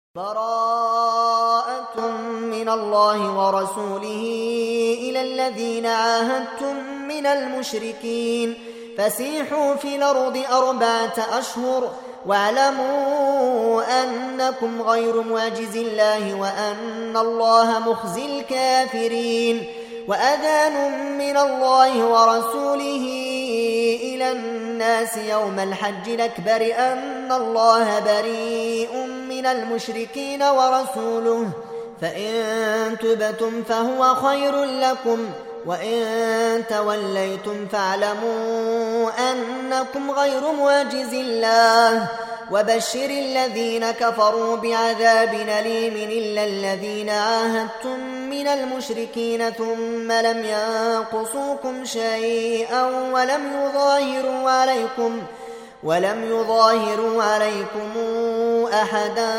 براءة من الله ورسوله إلى الذين عاهدتم من المشركين فسيحوا في الأرض 4 أشهر واعلموا أنكم غير معجز الله وأن الله مخزي الكافرين. وأذان من الله ورسوله إلى الناس يوم الحج الأكبر أن الله بريء من المشركين ورسوله فإن تبتم فهو خير لكم وإن توليتم فاعلموا أنكم غير معجز الله وبشر الذين كفروا بعذاب أليم إلا الذين عاهدتم من المشركين ثم لم ينقصوكم شيئا ولم يظاهروا عليكم أحدا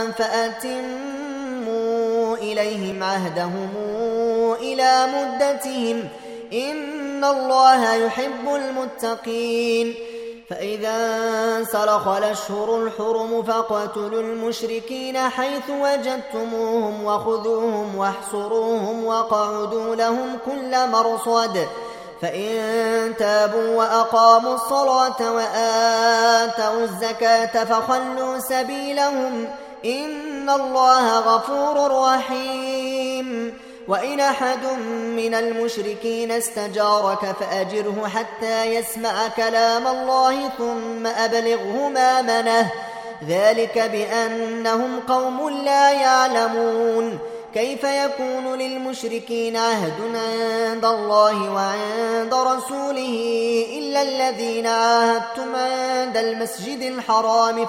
فأتموا إليهم عهدهم إلى مدتهم إن الله يحب المتقين. فإذا انسلخ الأشهر الحرم فاقتلوا المشركين حيث وجدتموهم وخذوهم واحصروهم وقعدوا لهم كل مرصد فإن تابوا وأقاموا الصلاة وآتوا الزكاة فخلوا سبيلهم إن الله غفور رحيم. وإن أحد من المشركين استجارك فأجره حتى يسمع كلام الله ثم أبلغه مأمنه ذلك بأنهم قوم لا يعلمون. كيف يكون للمشركين عهد عند الله وعند رسوله إلا الذين عاهدتم عند المسجد الحرام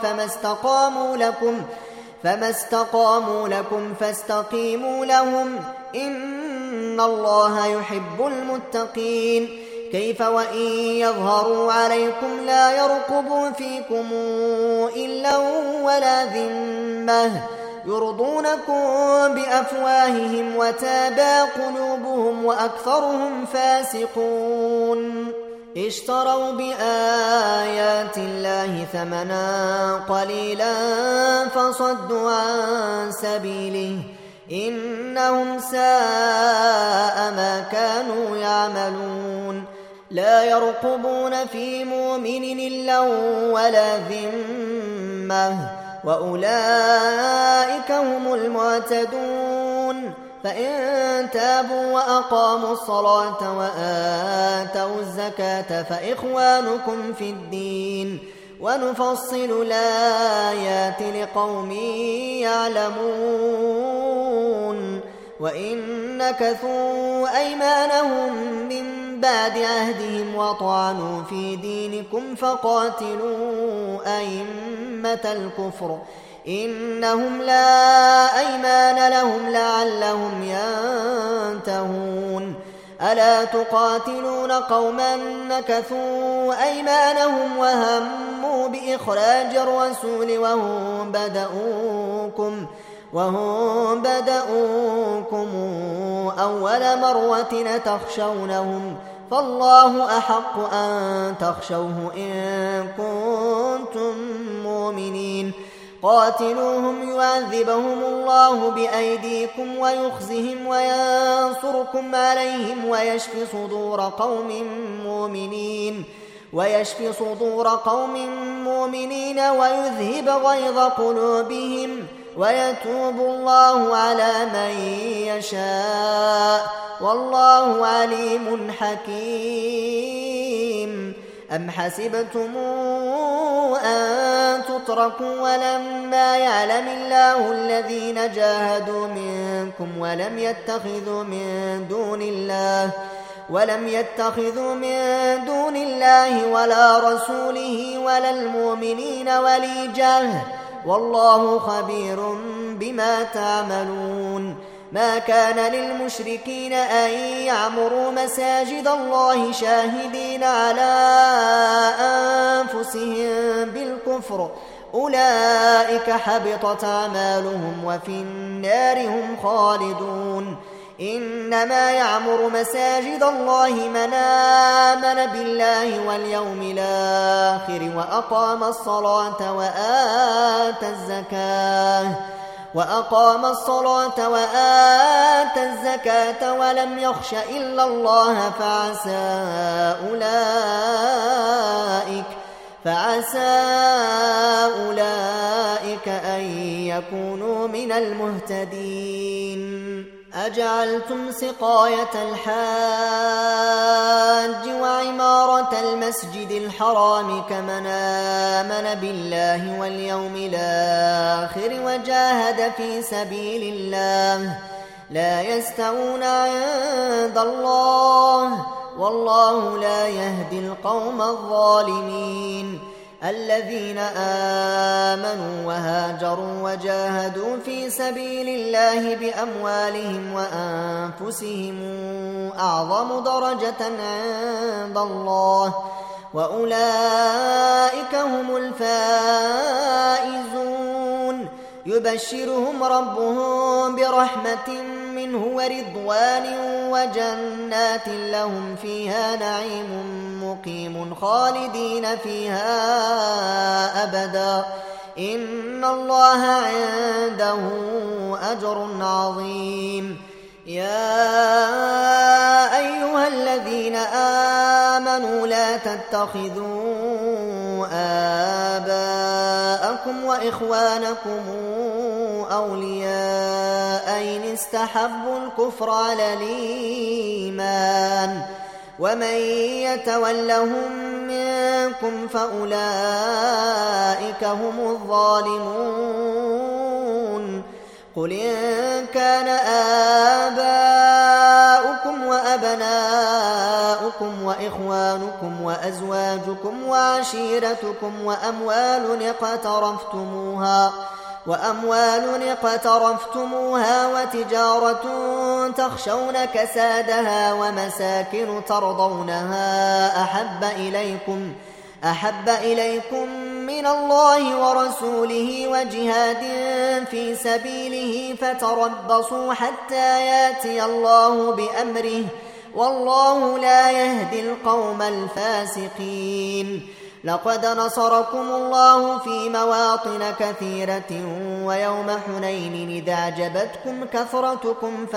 فما استقاموا لكم فاستقيموا لهم إن الله يحب المتقين. كيف وإن يظهروا عليكم لا يرقبوا فيكم إلا ولا ذمة يرضونكم بأفواههم وتابى قلوبهم وأكثرهم فاسقون. اشتروا بآيات الله ثمنا قليلا فصدوا عن سبيله إنهم ساء ما كانوا يعملون. لا يرقبون في مؤمن إلا ولا ذمة وأولئك هم المعتدون. فإن تابوا وأقاموا الصلاة وآتوا الزكاة فإخوانكم في الدين ونفصل الآيات لقوم يعلمون. وإن نكثوا أيمانهم من بعد عهدهم وطعنوا في دينكم فقاتلوا أئمة الكفر إنهم لا أيمان لهم لعلهم ينتهون. ألا تقاتلون قوما نكثوا أيمانهم وهموا بإخراج الرسول وهم بدؤوكم أول مرة تخشونهم فالله أحق أن تخشوه إن كنتم مؤمنين. قاتلوهم يعذبهم الله بأيديكم ويخزهم وينصركم عليهم ويشف صدور قوم مؤمنين ويذهب غيظ قلوبهم ويتوب الله على من يشاء والله عليم حكيم. أم حسبتم أن تتركوا ولما يعلم الله الذين جاهدوا منكم ولم يتخذوا من دون الله ولا رسوله ولا المؤمنين وليجة والله خبير بما تعملون. ما كان للمشركين أن يعمروا مساجد الله شاهدين على أنفسهم بالكفر أولئك حبطت أعمالهم وفي النار هم خالدون. إنما يعمر مساجد الله من آمن بالله واليوم الآخر وأقام الصلاة وآتى الزكاة وأقام الصلاة وآتى الزكاة ولم يخش إلا الله فعسى أولئك أن يكونوا من المهتدين. أجعلتم سقاية الحاج وعمارة المسجد الحرام كمن آمن بالله واليوم الآخر وجاهد في سبيل الله لا يستوون عند الله والله لا يهدي القوم الظالمين. الذين آمنوا وهاجروا وجاهدوا في سبيل الله بأموالهم وأنفسهم أعظم درجة عند الله وأولئك هم الفائزون. يبشرهم ربهم برحمة منه ورضوان وجنات لهم فيها نعيم مقيم خالدين فيها أبدا إن الله عنده أجر عظيم. يا أيها الذين آمنوا لا تتخذوا آباءكم وإخوانكم أولياء إن استحبوا الكفر على الإيمان ومن يتولهم منكم فأولئك هم الظالمون. قل إن كان آباؤكم وأبناؤكم وإخوانكم وأزواجكم وعشيرتكم وأموال اقترفتموها وتجارة تخشون كسادها ومساكن ترضونها أحب إليكم من الله ورسوله وجهاد في سبيله فتربصوا حتى ياتي الله بأمره والله لا يهدي القوم الفاسقين. لقد نصركم الله في مواطن كثيرة ويوم حنين إذ أعجبتكم كثرتكم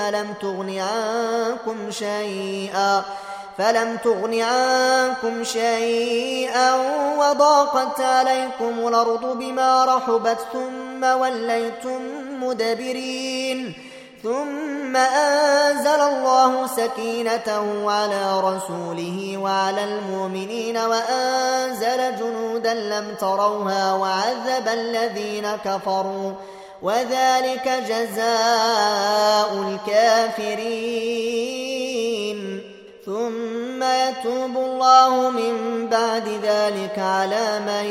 فلم تغن عنكم شيئا وضاقت عليكم الأرض بما رحبت ثم وليتم مدبرين. ثم أنزل الله سكينته على رسوله وعلى المؤمنين وأنزل جنودا لم تروها وعذب الذين كفروا وذلك جزاء الكافرين. ثم يتوب الله من بعد ذلك على من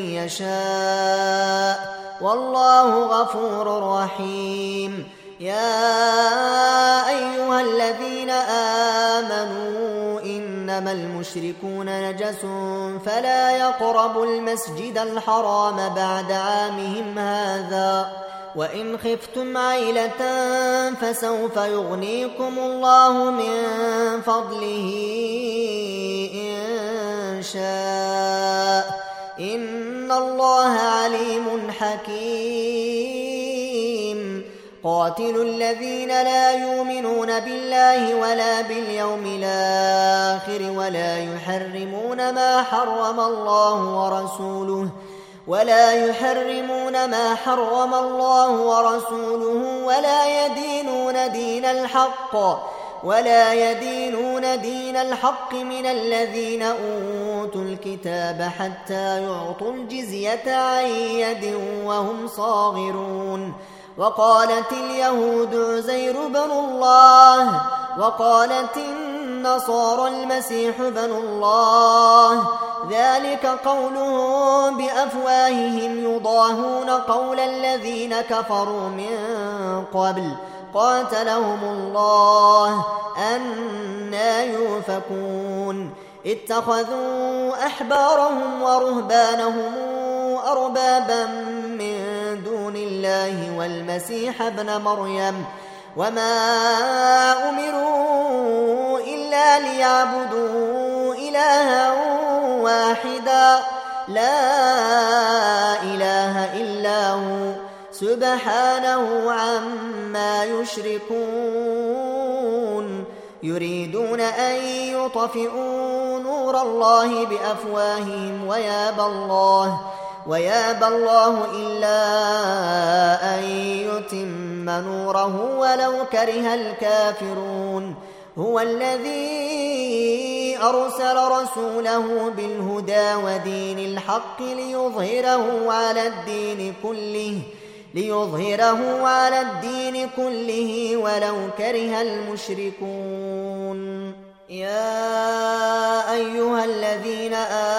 يشاء والله غفور رحيم. يا أيها الذين آمنوا إنما المشركون نجس فلا يقربوا المسجد الحرام بعد عامهم هذا وإن خفتم عيلة فسوف يغنيكم الله من فضله إن شاء إن الله عليم حكيم. قاتلوا الذين لا يؤمنون بالله ولا باليوم الآخر ولا يحرمون ما حرم الله ورسوله ولا يدينون دين الحق من الذين أوتوا الكتاب حتى يعطوا الجزية عن يد وهم صاغرون. وقالت اليهود عزير بن الله وقالت النصارى المسيح بن الله ذلك قولهم بأفواههم يضاهون قول الذين كفروا من قبل قاتلهم الله أنى يؤفكون. اتخذوا أحبارهم ورهبانهم أربابا من دون الله والمسيح ابن مريم وما أمروا إلا ليعبدوا إلها واحدا لا إله إلا هو سبحانه عما يشركون يريدون أن يطفئوا نور الله بأفواههم ويابى الله إلا أن يتم نوره ولو كره الكافرون هو الذي أرسل رسوله بالهدى ودين الحق ليظهره على الدين كله ولو كره المشركون يا أيها الذين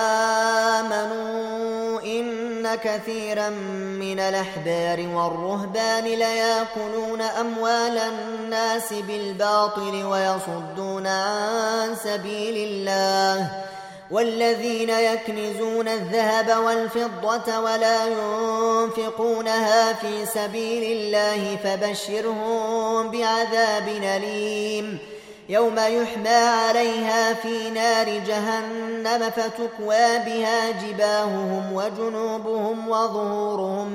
آمنوا إن كثيرا من الأحبار والرهبان ليأكلون أموال الناس بالباطل ويصدون عن سبيل الله والذين يكنزون الذهب والفضة ولا ينفقونها في سبيل الله فبشرهم بعذاب أليم يوم يحمى عليها في نار جهنم فتكوى بها جباههم وجنوبهم وظهورهم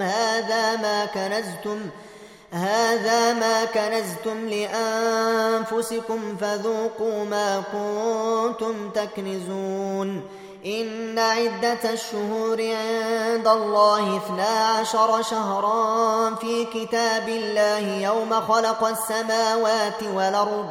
هذا ما كنزتم لأنفسكم فذوقوا ما كنتم تكنزون إن عدة الشهور عند الله 12 شهرا في كتاب الله يوم خلق السماوات والأرض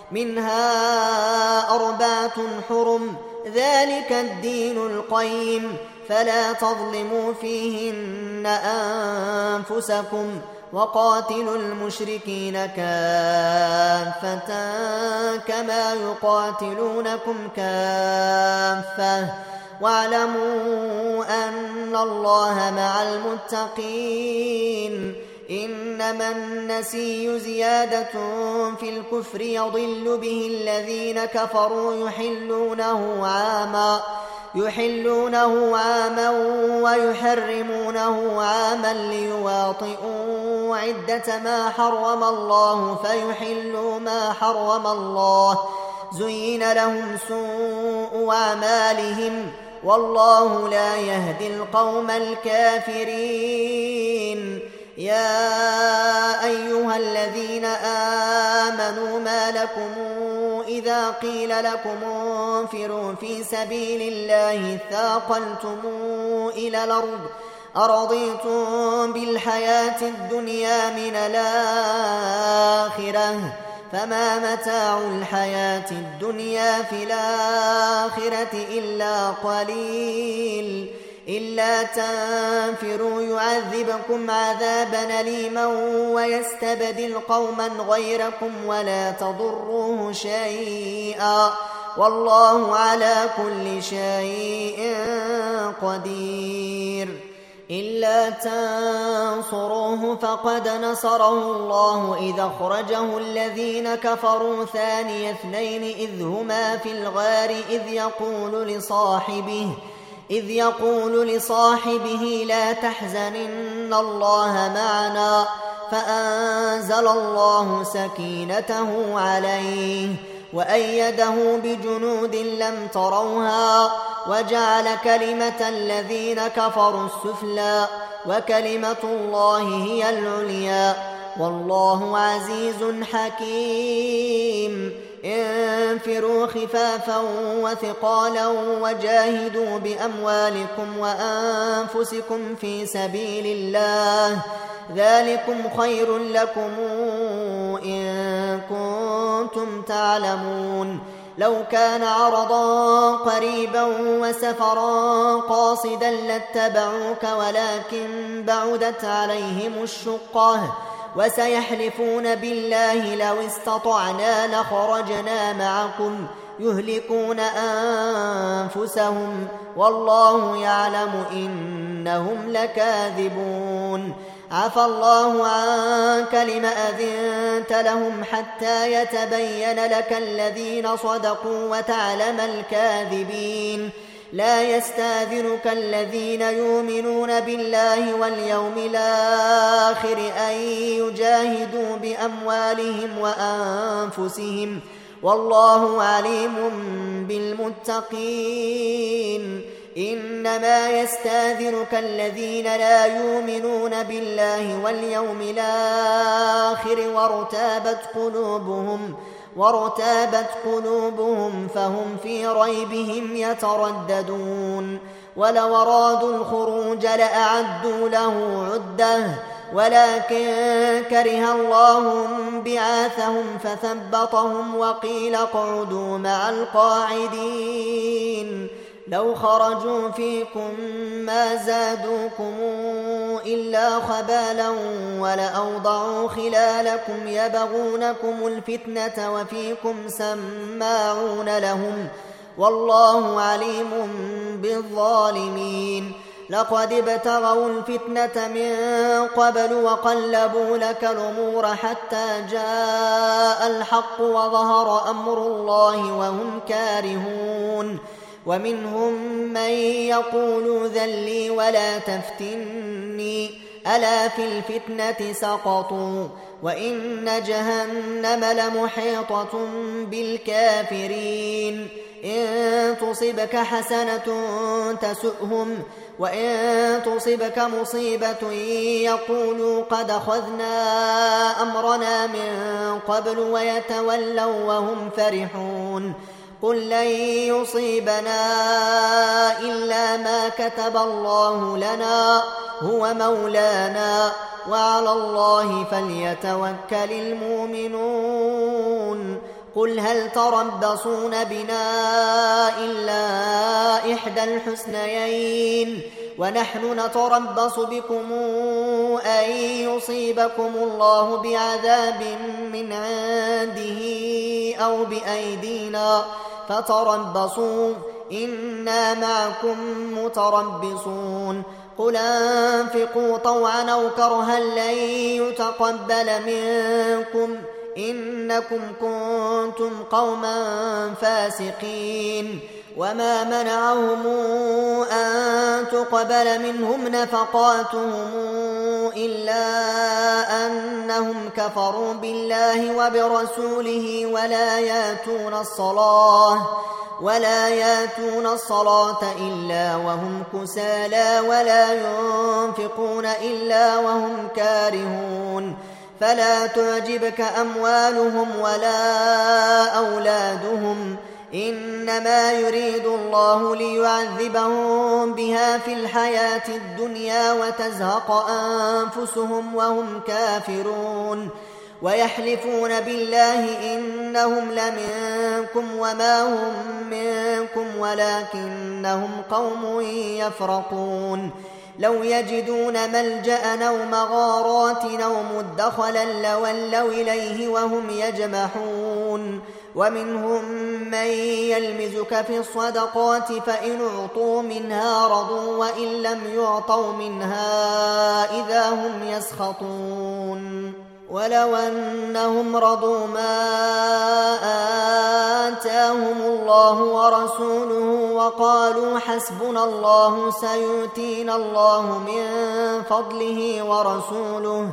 منها 4 حرم ذلك الدين القيم فلا تظلموا فيهن أنفسكم وقاتلوا المشركين كافة كما يقاتلونكم كافة واعلموا أن الله مع المتقين إنما النسي زيادة في الكفر يضل به الذين كفروا يحلونه عاما ويحرمونه عاما ليواطئوا عدة ما حرم الله فيحلوا ما حرم الله زين لهم سوء أعمالهم والله لا يهدي القوم الكافرين يا أيها الذين آمنوا ما لكم إذا قيل لكم انفروا في سبيل الله ثاقلتم إلى الأرض أرضيتم بالحياة الدنيا من الآخرة فما متاع الحياة الدنيا في الآخرة إلا قليل إلا تنفروا يعذبكم عذابا أليما ويستبدل قوما غيركم ولا تضروه شيئا والله على كل شيء قدير إلا تنصروه فقد نصره الله إذ أخرجه الذين كفروا ثاني اثنين إذ هما في الغار إذ يقول لصاحبه لا تحزن إن الله معنا فأنزل الله سكينته عليه وأيده بجنود لم تروها وجعل كلمة الذين كفروا السفلى وكلمة الله هي العليا والله عزيز حكيم انفروا خفافا وثقالا وجاهدوا بأموالكم وأنفسكم في سبيل الله ذلكم خير لكم إن كنتم تعلمون لو كان عرضا قريبا وسفرا قاصدا لاتبعوك ولكن بعدت عليهم الشقة وسيحلفون بالله لو استطعنا لخرجنا معكم يهلكون أنفسهم والله يعلم إنهم لكاذبون عفى الله عنك لم أذنت لهم حتى يتبين لك الذين صدقوا وتعلم الكاذبين لا يستاذنك الذين يؤمنون بالله واليوم الآخر أن يجاهدوا بأموالهم وأنفسهم والله عليم بالمتقين إنما يستاذنك الذين لا يؤمنون بالله واليوم الآخر وارتابت قلوبهم فهم في ريبهم يترددون ولو أرادوا الخروج لأعدوا له عدة ولكن كره الله بعاثهم فثبطهم وقيل اقعدوا مع القاعدين لو خرجوا فيكم ما زادوكم إلا خبالا ولأوضعوا خلالكم يبغونكم الفتنة وفيكم سماعون لهم والله عليم بالظالمين لقد ابتغوا الفتنة من قبل وقلبوا لك الأمور حتى جاء الحق وظهر أمر الله وهم كارهون ومنهم من يقول ذلي ولا تفتني ألا في الفتنة سقطوا وإن جهنم لمحيطة بالكافرين إن تصبك حسنة تسؤهم وإن تصبك مصيبة يقولوا قد أخذنا أمرنا من قبل ويتولوا وهم فرحون قل لن يصيبنا إلا ما كتب الله لنا هو مولانا وعلى الله فليتوكل المؤمنون قل هل تربصون بنا إلا إحدى الحسنيين ونحن نتربص بكم أن يصيبكم الله بعذاب من عنده أو بأيدينا فتربصوا إنا معكم متربصون قل أنفقوا طوعا أو كرها لن يتقبل منكم إنكم كنتم قوما فاسقين وما منعهم أن تقبل منهم نفقاتهم إلا أنهم كفروا بالله وبرسوله ولا ياتون الصلاة إلا وهم كسالى ولا ينفقون إلا وهم كارهون فلا تعجبك أموالهم ولا أولادهم إنما يريد الله ليعذبهم بها في الحياة الدنيا وتزهق أنفسهم وهم كافرون ويحلفون بالله إنهم لمنكم وما هم منكم ولكنهم قوم يفرقون لو يجدون ملجأ أو مغارات أو مدخلا لولوا إليه وهم يجمحون ومنهم من يلمزك في الصدقات فإن أعطوا منها رضوا وإن لم يعطوا منها إذا هم يسخطون ولو أنهم رضوا ما آتاهم الله ورسوله وقالوا حسبنا الله سيؤتينا الله من فضله ورسوله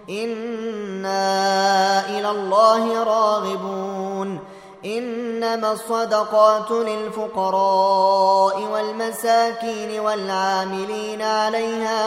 إنا إلى الله راغبون إنما الصدقات للفقراء والمساكين والعاملين عليها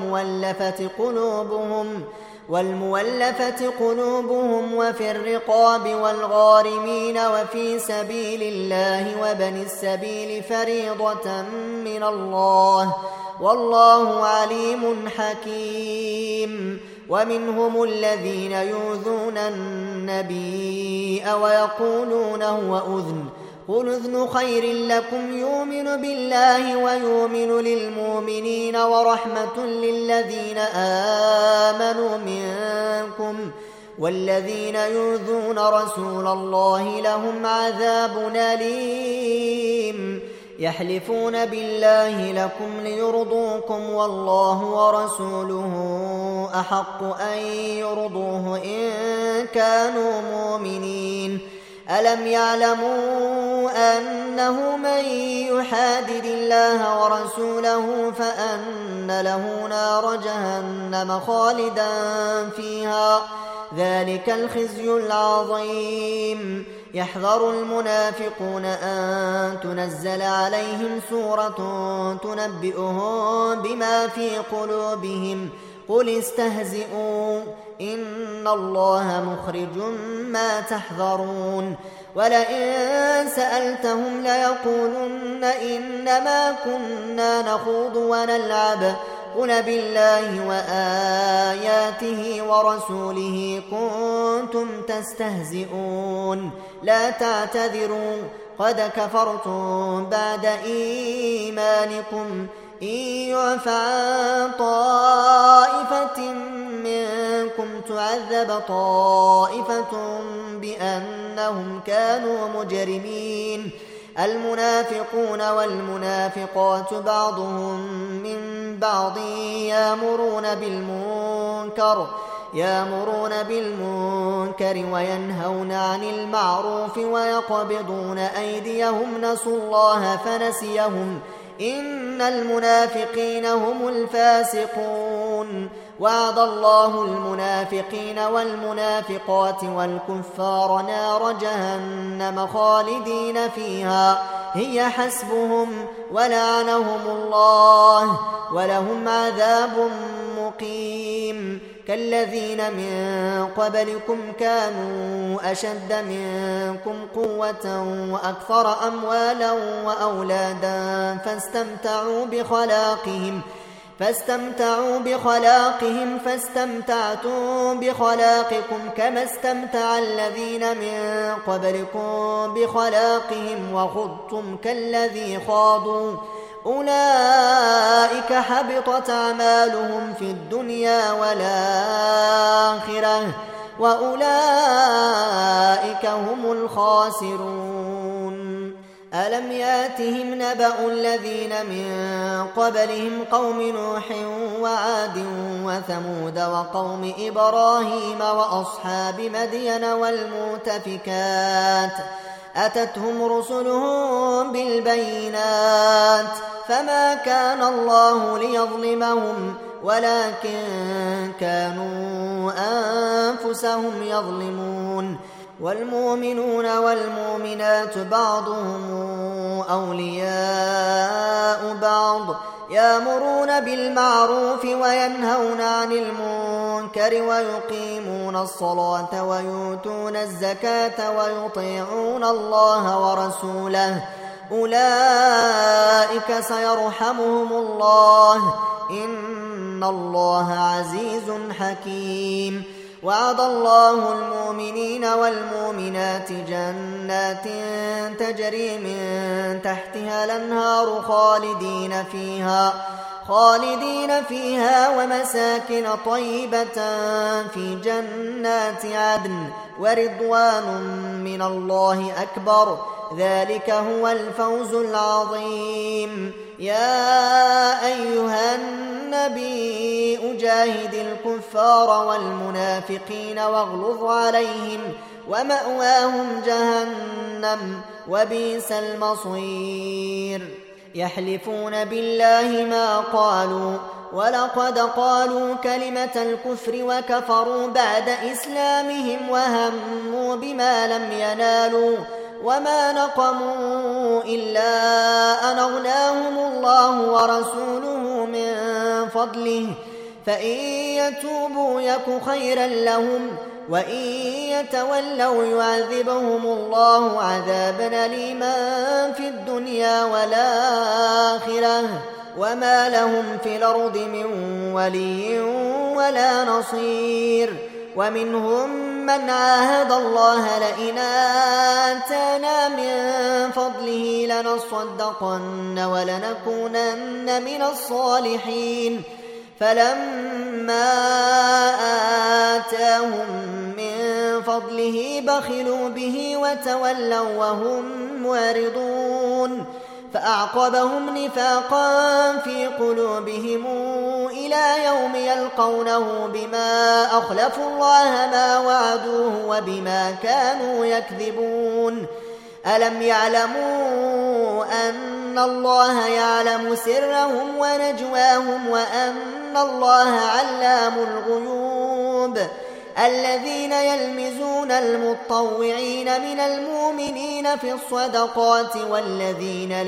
والمولفة قلوبهم وفي الرقاب والغارمين وفي سبيل الله وبن السبيل فريضة من الله والله عليم حكيم ومنهم الذين يؤذون النبي ويقولون هو أذن قل أذن خير لكم يؤمن بالله ويؤمن للمؤمنين ورحمة للذين آمنوا منكم والذين يؤذون رسول الله لهم عذاب أليم يحلفون بالله لكم ليرضوكم والله ورسوله أحق أن يرضوه إن كانوا مؤمنين ألم يعلموا أنه من يحادد الله ورسوله فأن له نار جهنم خالدا فيها ذلك الخزي العظيم يحذر المنافقون أن تنزل عليهم سورة تنبئهم بما في قلوبهم قل استهزئوا إن الله مخرج ما تحذرون ولئن سألتهم ليقولن إنما كنا نخوض ونلعب قل بالله وآياته ورسوله كنتم تستهزئون لا تعتذروا قد كفرتم بعد إيمانكم إن يعف عن طائفة منكم تعذب طائفة بأنهم كانوا مجرمين المنافقون والمنافقات بعضهم من بعض يأمرون بالمنكر وينهون عن المعروف ويقبضون أيديهم نسوا الله فنسيهم إن المنافقين هم الفاسقون وعد الله المنافقين والمنافقات والكفار نار جهنم خالدين فيها هي حسبهم ولعنهم الله ولهم عذاب مقيم كالذين من قبلكم كانوا أشد منكم قوة وأكثر أموالا وأولادا فاستمتعوا بخلاقهم فاستمتعتم بخلاقكم كما استمتع الذين من قبلكم بخلاقهم وخضتم كالذي خاضوا أولئك حبطت أعمالهم في الدنيا والآخرة وأولئك هم الخاسرون ألم ياتهم نبأ الذين من قبلهم قوم نوح وعاد وثمود وقوم إبراهيم وأصحاب مدين والمؤتفكات أتتهم رسلهم بالبينات فما كان الله ليظلمهم ولكن كانوا أنفسهم يظلمون والمؤمنون والمؤمنات بعضهم أولياء بعض يأمرون بالمعروف وينهون عن المنكر ويقيمون الصلاة ويؤتون الزكاة ويطيعون الله ورسوله أولئك سيرحمهم الله إن الله عزيز حكيم وعد الله المؤمنين والمؤمنات جنات تجري من تحتها الأنهار خالدين فيها ومساكن طيبة في جنات عدن ورضوان من الله أكبر ذلك هو الفوز العظيم يا أيها النبي أجاهد الكفار والمنافقين واغلظ عليهم ومأواهم جهنم وبئس المصير يحلفون بالله ما قالوا ولقد قالوا كلمة الكفر وكفروا بعد إسلامهم وهموا بما لم ينالوا وما نقموا إلا أن أغناهم الله ورسوله من فضله فإن يتوبوا يك خيرا لهم وإن يتولوا يعذبهم الله عذابا أليما في الدنيا والآخرة وما لهم في الأرض من ولي ولا نصير ومنهم من عاهد الله لئن آتانا من فضله لنصدقن ولنكونن من الصالحين فلما آتاهم من فضله بخلوا به وتولوا وهم معرضون فأعقبهم نفاقا في قلوبهم إلى يوم يلقونه بما أخلفوا الله ما وعدوه وبما كانوا يكذبون ألم يعلموا أن الله يعلم سرهم ونجواهم وأن الله علام الغيوب الذين يلمزون المطوعين من المؤمنين في الصدقات والذين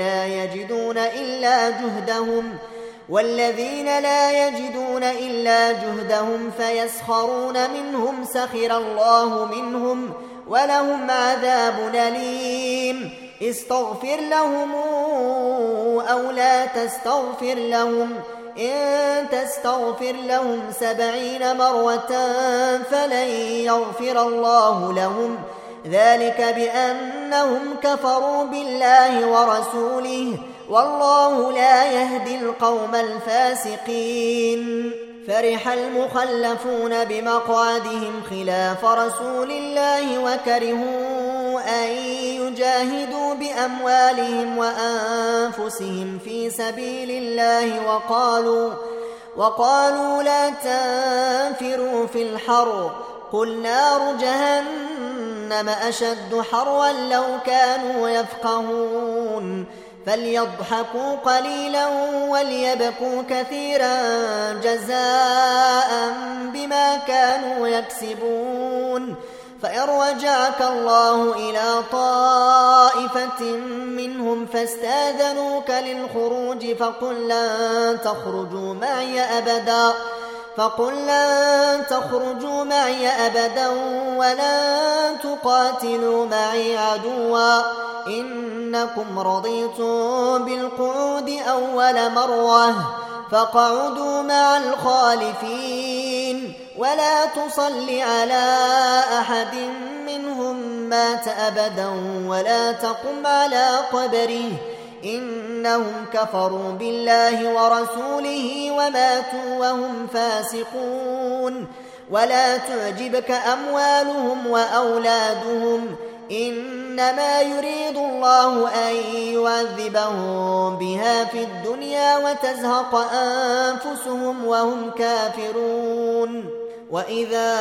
لا يجدون إلا جهدهم فيسخرون منهم سخر الله منهم ولهم عذاب أليم استغفر لهم أو لا تستغفر لهم إن تستغفر لهم 70 مرة فلن يغفر الله لهم ذلك بأنهم كفروا بالله ورسوله والله لا يهدي القوم الفاسقين فرح المخلفون بمقعدهم خلاف رسول الله وكرهوا أن يجاهدوا بأموالهم وأنفسهم في سبيل الله وقالوا لا تنفروا في الحر قل نار جهنم أشد حرا لو كانوا يفقهون فليضحكوا قليلا وليبكوا كثيرا جزاء بما كانوا يكسبون فإن رجعك الله إلى طائفة منهم فاستاذنوك للخروج فقل لن تخرجوا معي أبدا ولن تقاتلوا معي عدوا إنكم رضيتم بالقعود أول مرة فاقعدوا مع الخالفين ولا تصل على أحد منهم مات أبدا ولا تقم على قبره إنهم كفروا بالله ورسوله وماتوا وهم فاسقون ولا تعجبك أموالهم وأولادهم إنما يريد الله أن يعذبهم بها في الدنيا وتزهق أنفسهم وهم كافرون وإذا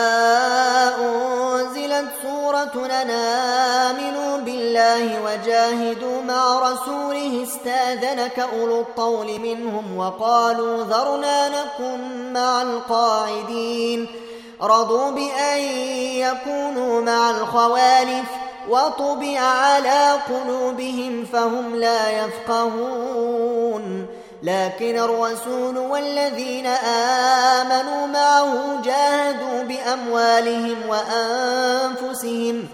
أنزلت سورة أن آمنوا بالله وجاهدوا مع رسوله استاذنك أولو الطول منهم وقالوا ذرنا نكن مع القاعدين رضوا بأن يكونوا مع الخوالف وطبع على قلوبهم فهم لا يفقهون لكن الرسول والذين آمنوا معه جاهدوا بأموالهم وأنفسهم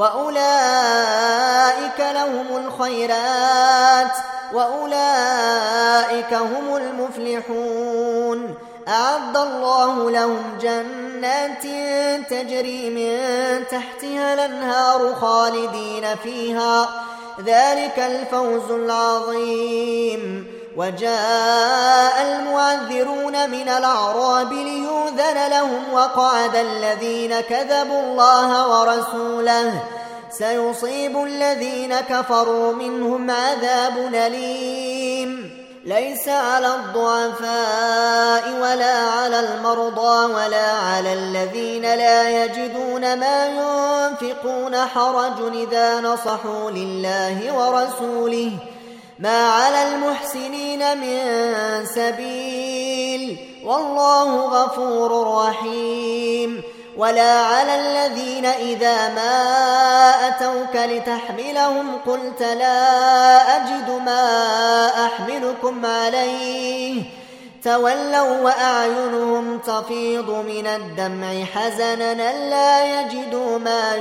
وأولئك لهم الخيرات وأولئك هم المفلحون أعد الله لهم جنات تجري من تحتها الأنهار خالدين فيها ذلك الفوز العظيم وجاء المعذرون من الأعراب ليؤذن لهم وقعد الذين كذبوا الله ورسوله سيصيب الذين كفروا منهم عذاب أليم ليس على الضعفاء ولا على المرضى ولا على الذين لا يجدون ما ينفقون حرج إذا نصحوا لله ورسوله ما على المحسنين من سبيل والله غفور رحيم ولا على الذين إذا ما أتوك لتحملهم قلت لا أجد ما أحملكم عليه تولوا وأعينهم تفيض من الدمع حزنا ألا يجدوا ما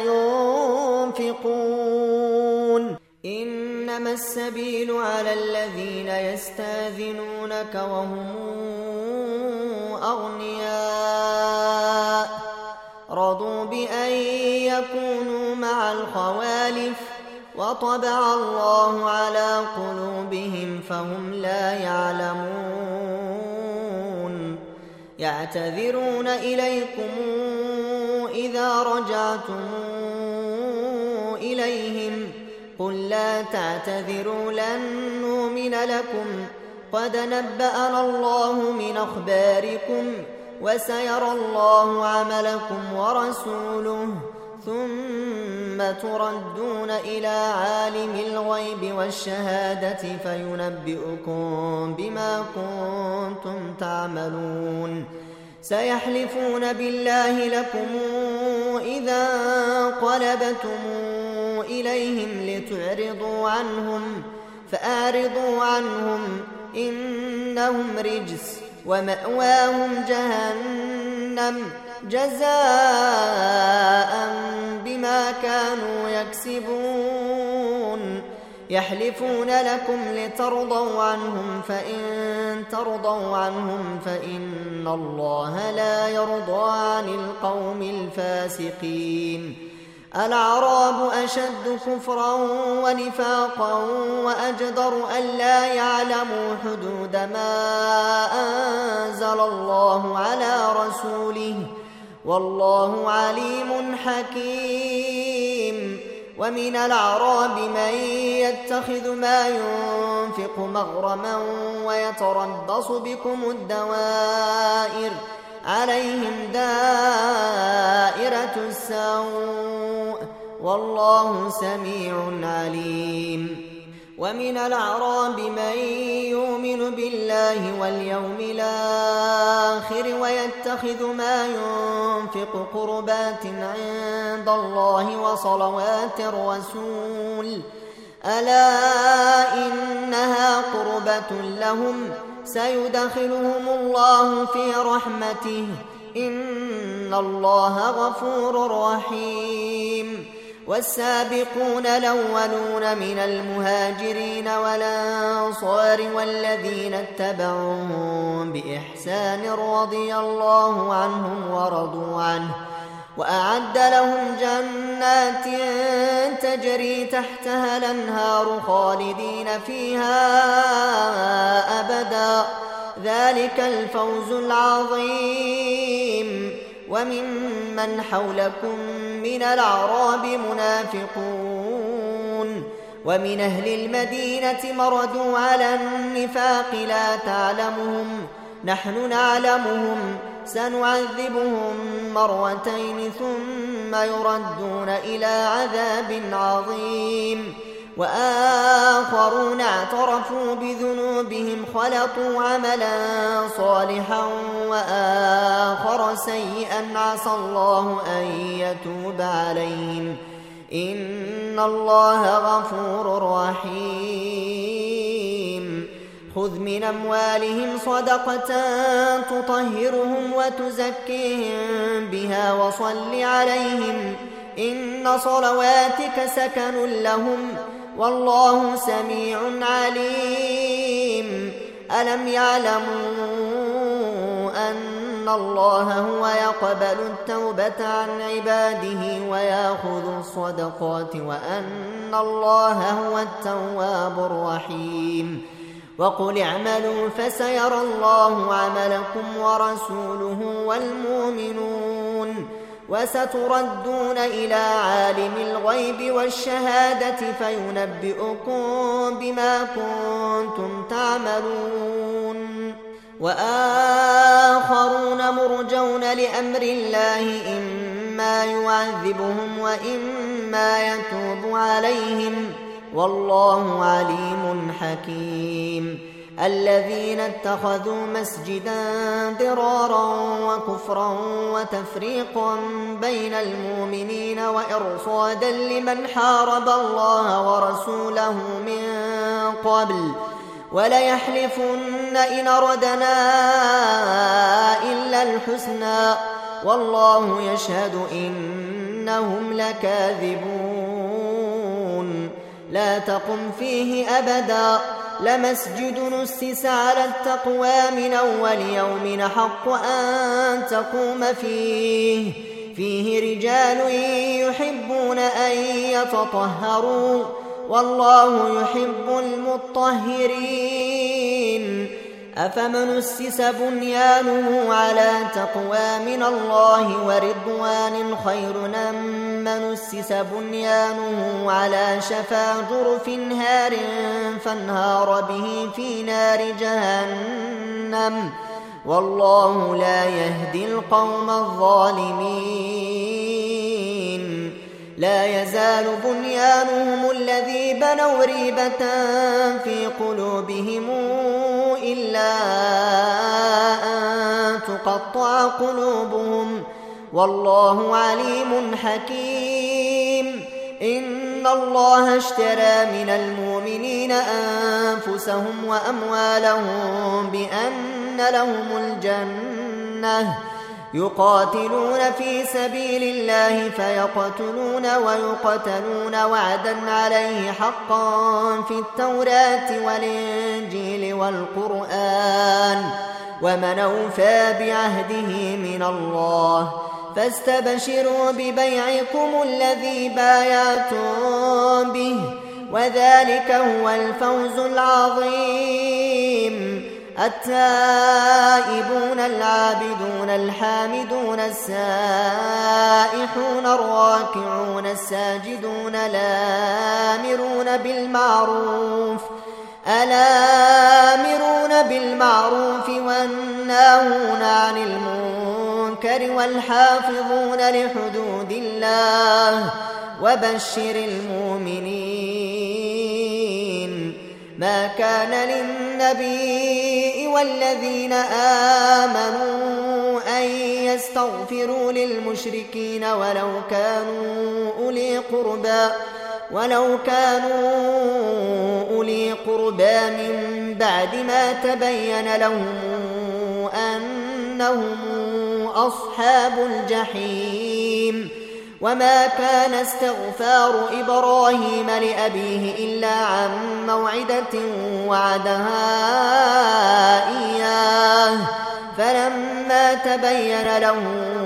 ينفقون إنما السبيل على الذين يستاذنونك وهم أغنياء رضوا بأن يكونوا مع الخوالف وطبع الله على قلوبهم فهم لا يعلمون يعتذرون إليكم إذا رجعتم إليهم قل لا تعتذروا لن نؤمن لكم قد نبأنا الله من أخباركم وسيرى الله عملكم ورسوله ثم تردون إلى عالم الغيب والشهادة فينبئكم بما كنتم تعملون سيحلفون بالله لكم إذا انقلبتم إليهم لتعرضوا عنهم فأعرضوا عنهم إنهم رجس ومأواهم جهنم جزاء بما كانوا يكسبون يحلفون لكم لترضوا عنهم فإن ترضوا عنهم فإن الله لا يرضى عن القوم الفاسقين الأعراب أشد كفرا ونفاقا وأجدر ألا يعلموا حدود ما أنزل الله على رسوله والله عليم حكيم ومن الأعراب من يتخذ ما ينفق مغرما ويتربص بكم الدوائر عليهم دائرة السوء والله سميع عليم ومن الأعراب من يؤمن بالله واليوم الآخر ويتخذ ما ينفق قربات عند الله وصلوات الرسول ألا إنها قربة لهم سيدخلهم الله في رحمته إن الله غفور رحيم والسابقون الأولون من المهاجرين والأنصار والذين اتبعوهم بإحسان رضي الله عنهم ورضوا عنه وأعد لهم جنات تجري تحتها الأنهار خالدين فيها أبدا ذلك الفوز العظيم وممن حولكم من الأعراب منافقون ومن أهل المدينة مردوا على النفاق لا تعلمهم نحن نعلمهم سنعذبهم مرتين ثم يردون إلى عذاب عظيم وآخرون اعترفوا بذنوبهم خلطوا عملا صالحا وآخر سيئا عسى الله أن يتوب عليهم إن الله غفور رحيم خذ من أموالهم صدقة تطهرهم وتزكيهم بها وصل عليهم إن صلواتك سكن لهم والله سميع عليم ألم يعلموا أن الله هو يقبل التوبة عن عباده ويأخذ الصدقات وأن الله هو التواب الرحيم وقل اعملوا فسيرى الله عملكم ورسوله والمؤمنون وستردون إلى عالم الغيب والشهادة فينبئكم بما كنتم تعملون وآخرون مرجون لأمر الله إما يعذبهم وإما يتوب عليهم والله عليم حكيم الذين اتخذوا مسجدا ضرارا وكفرا وتفريقا بين المؤمنين وإرصادا لمن حارب الله ورسوله من قبل وليحلفن إن أردنا إلا الحسنى والله يشهد إنهم لكاذبون لا تقم فيه أبدا لمسجد نسس على التقوى من أول يوم حق أن تقوم فيه رجال يحبون أن يتطهروا والله يحب المطهرين أفمن أسس بنيانه على تقوى من الله ورضوان خير أم من أسس بنيانه على شفا جرف هار فانهار به في نار جهنم والله لا يهدي القوم الظالمين لا يزال بنيانهم الذي بنوا ريبة في قلوبهم إلا أن تقطع قلوبهم، والله عليم حكيم. إن الله اشترى من المؤمنين أنفسهم وأموالهم بأن لهم الجنة يقاتلون في سبيل الله فيقتلون ويقتلون وعدا عليه حقا في التوراة والإنجيل والقرآن، ومن أوفى بعهده من الله، فاستبشروا ببيعكم الذي بايعتم به، وذلك هو الفوز العظيم. التائبون العابدون الحامدون السائحون الراكعون الساجدون الآمرون بالمعروف والناهون عن المنكر والحافظون لحدود الله، وبشر المؤمنين. ما كان للنبي والذين آمنوا أن يستغفروا للمشركين ولو كانوا أولي قربى من بعد ما تبين لهم أنهم أصحاب الجحيم. وما كان استغفار إبراهيم لأبيه إلا عن موعدة وعدها إياه، فلما تبين له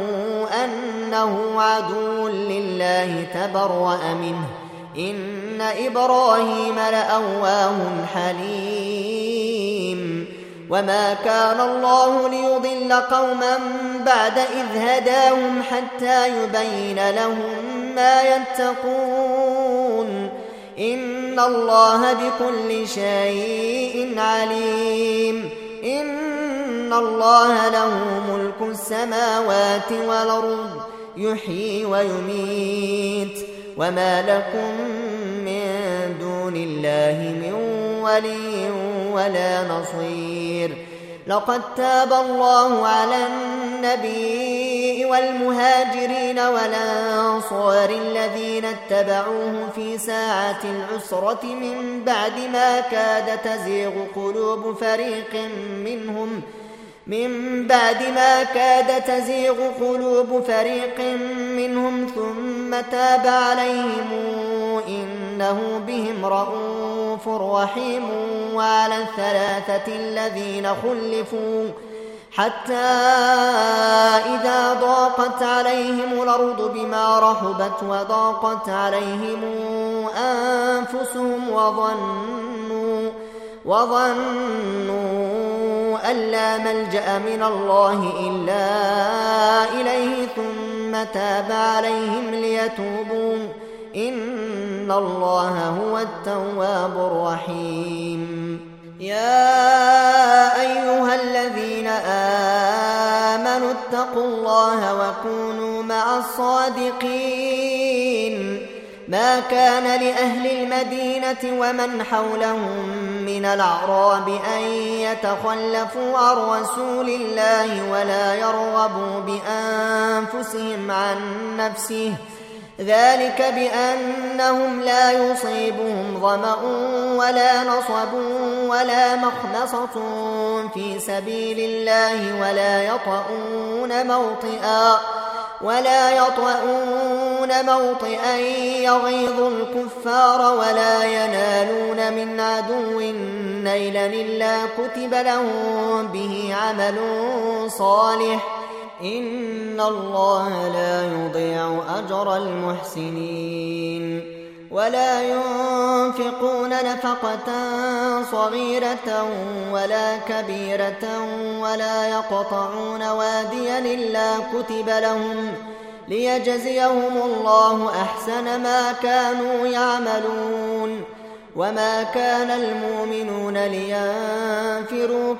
أنه عدو لله تبرأ منه، إن إبراهيم لأواه حليم. وما كان الله ليضل قوما بعد إذ هداهم حتى يبين لهم ما يتقون، إن الله بكل شيء عليم. إن الله له ملك السماوات والأرض يحيي ويميت، وما لكم من دون الله من ولي ولا نصير. لقد تاب الله على النبي والمهاجرين والأنصار الذين اتبعوه في ساعة العسرة من بعد ما كاد تزيغ قلوب فريق منهم ثم تاب عليهم إنه بهم رءوف رحيم. وعلى الثلاثة الذين خلفوا حتى إذا ضاقت عليهم الأرض بما رحبت وضاقت عليهم أنفسهم وظنوا أن لا ملجأ من الله إلا إليه ثم تاب عليهم ليتوبوا، إن الله هو التواب الرحيم. يا أيها الذين آمنوا اتقوا الله وكونوا مع الصادقين. ما كان لأهل المدينة ومن حولهم من الأعراب أن يتخلفوا عن رسول الله ولا يرغبوا بأنفسهم عن نفسه، ذلك بأنهم لا يصيبهم ظمأ ولا نصب ولا مخمصة في سبيل الله ولا يطؤون موطئا يغيظ الكفار ولا ينالون من عدو نيلا إلا كتب لهم به عمل صالح، إن الله لا يضيع أجر المحسنين. ولا ينفقون نفقة صغيرة ولا كبيرة ولا يقطعون واديا إلا كتب لهم ليجزيهم الله أحسن ما كانوا يعملون. وما كان المؤمنون لينفروا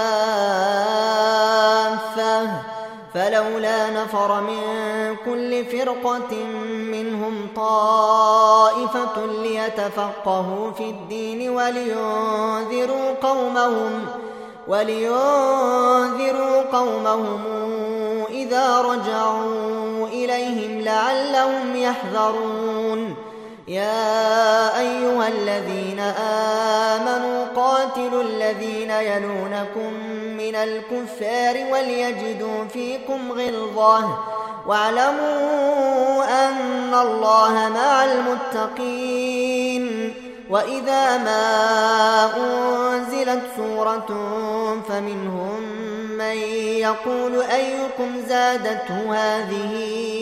كافة، فلولا نفر من كل فرقة منهم طائفة ليتفقهوا في الدين ولينذروا قومهم إذا رجعوا إليهم لعلهم يحذرون يا أيها الذين آمنوا قاتلوا الذين يلونكم من الكفار وليجدوا فيكم غلظة واعلموا أن الله مع المتقين وإذا ما أنزلت سورة فمنهم من يقول أيكم زادته هذه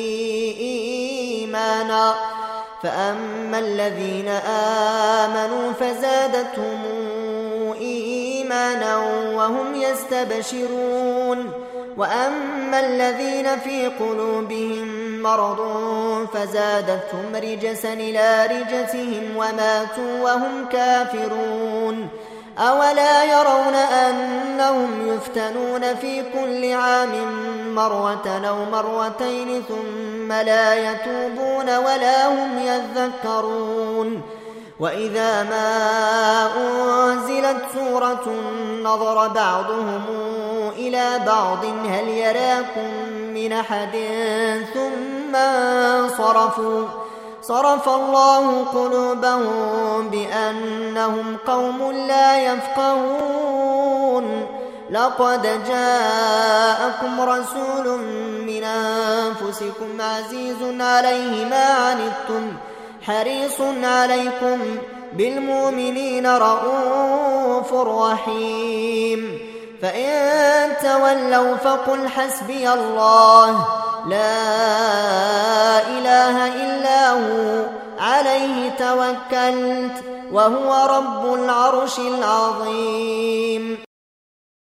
إيمانا فأما الذين آمنوا فزادتهم إيمانا وهم يستبشرون وأما الذين في قلوبهم مرض فزادتهم رجسا إلى رجسهم وماتوا وهم كافرون أولا يرون أنهم يفتنون في كل عام مرة أو مرتين ثم لا يتوبون ولا هم يذكرون وإذا ما أنزلت سورة نظر بعضهم إلى بعض هل يراكم من أحد ثم انصرفوا صرف الله قلوبهم بأنهم قوم لا يفقهون لقد جاءكم رسول من أنفسكم عزيز عليه ما عنتم حريص عليكم بالمؤمنين رؤوف رحيم فإن تولوا فقل حسبي الله لا إله إلا هو عليه توكلت وهو رب العرش العظيم.